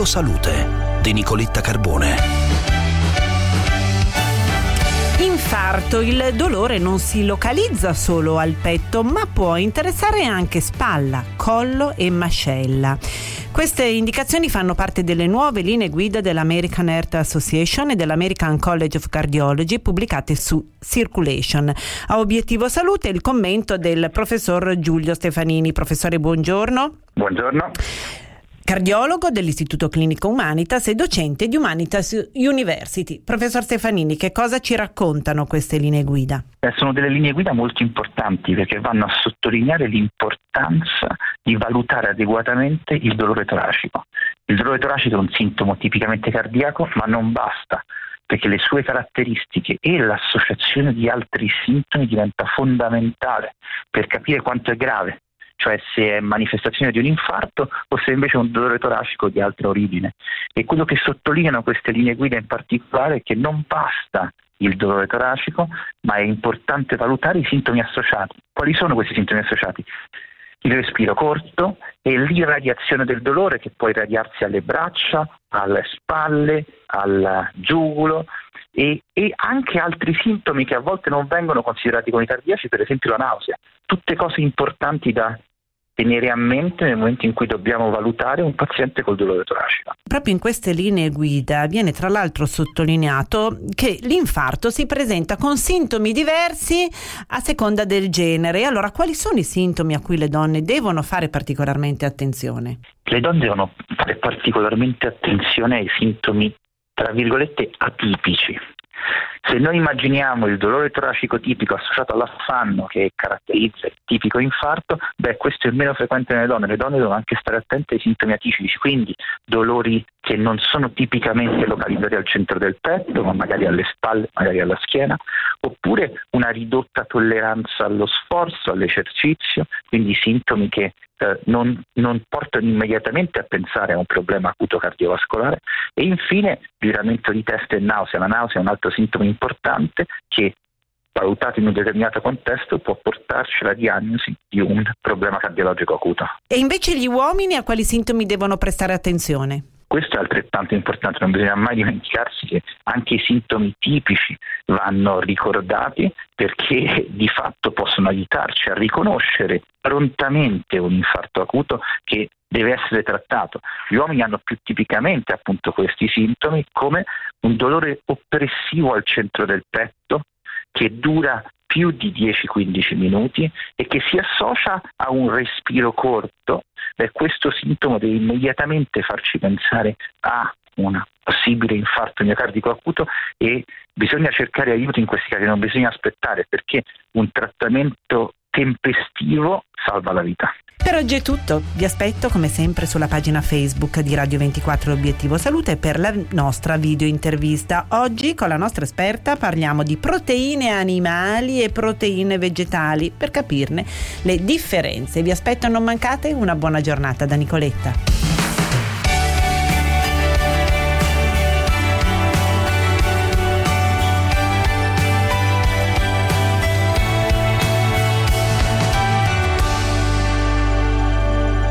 Obiettivo Salute di Nicoletta Carbone. Infarto. Il dolore non si localizza solo al petto, ma può interessare anche spalla, collo e mascella. Queste indicazioni fanno parte delle nuove linee guida dell'American Heart Association e dell'American College of Cardiology pubblicate su Circulation. A Obiettivo Salute il commento del professor Giulio Stefanini. Professore, buongiorno. Buongiorno. Cardiologo dell'Istituto Clinico Humanitas e docente di Humanitas University. Professor Stefanini, che cosa ci raccontano queste linee guida? Sono delle linee guida molto importanti perché vanno a sottolineare l'importanza di valutare adeguatamente il dolore toracico. Il dolore toracico è un sintomo tipicamente cardiaco, ma non basta, perché le sue caratteristiche e l'associazione di altri sintomi diventa fondamentale per capire quanto è grave, cioè se è manifestazione di un infarto o se invece è un dolore toracico di altra origine. E quello che sottolineano queste linee guida in particolare è che non basta il dolore toracico, ma è importante valutare i sintomi associati. Quali sono questi sintomi associati? Il respiro corto e l'irradiazione del dolore, che può irradiarsi alle braccia, alle spalle, al giugulo e anche altri sintomi che a volte non vengono considerati come cardiaci, per esempio la nausea. Tutte cose importanti da tenere a mente nel momento in cui dobbiamo valutare un paziente col dolore toracico. Proprio in queste linee guida viene tra l'altro sottolineato che l'infarto si presenta con sintomi diversi a seconda del genere. Allora, quali sono i sintomi a cui le donne devono fare particolarmente attenzione? Le donne devono fare particolarmente attenzione ai sintomi, tra virgolette, atipici. Se noi immaginiamo il dolore toracico tipico associato all'affanno che caratterizza il tipico infarto, questo è meno frequente nelle donne. Le donne devono anche stare attente ai sintomi atipici, quindi dolori che non sono tipicamente localizzati al centro del petto, ma magari alle spalle, magari alla schiena, oppure una ridotta tolleranza allo sforzo, all'esercizio, quindi sintomi che non portano immediatamente a pensare a un problema acuto cardiovascolare. E infine giramento di testa e nausea. La nausea è un altro sintomo importante che, valutato in un determinato contesto, può portarci alla diagnosi di un problema cardiologico acuto. E invece gli uomini a quali sintomi devono prestare attenzione? Questo è altrettanto importante, non bisogna mai dimenticarsi che anche i sintomi tipici vanno ricordati, perché di fatto possono aiutarci a riconoscere prontamente un infarto acuto che deve essere trattato. Gli uomini hanno più tipicamente appunto questi sintomi, come un dolore oppressivo al centro del petto che dura più di 10-15 minuti e che si associa a un respiro corto. Questo sintomo deve immediatamente farci pensare a un possibile infarto miocardico acuto e bisogna cercare aiuto in questi casi, non bisogna aspettare, perché un trattamento tempestivo salva la vita. Per oggi è tutto, vi aspetto come sempre sulla pagina Facebook di Radio 24 Obiettivo Salute per la nostra video intervista. Oggi con la nostra esperta parliamo di proteine animali e proteine vegetali per capirne le differenze. Vi aspetto, non mancate, una buona giornata da Nicoletta.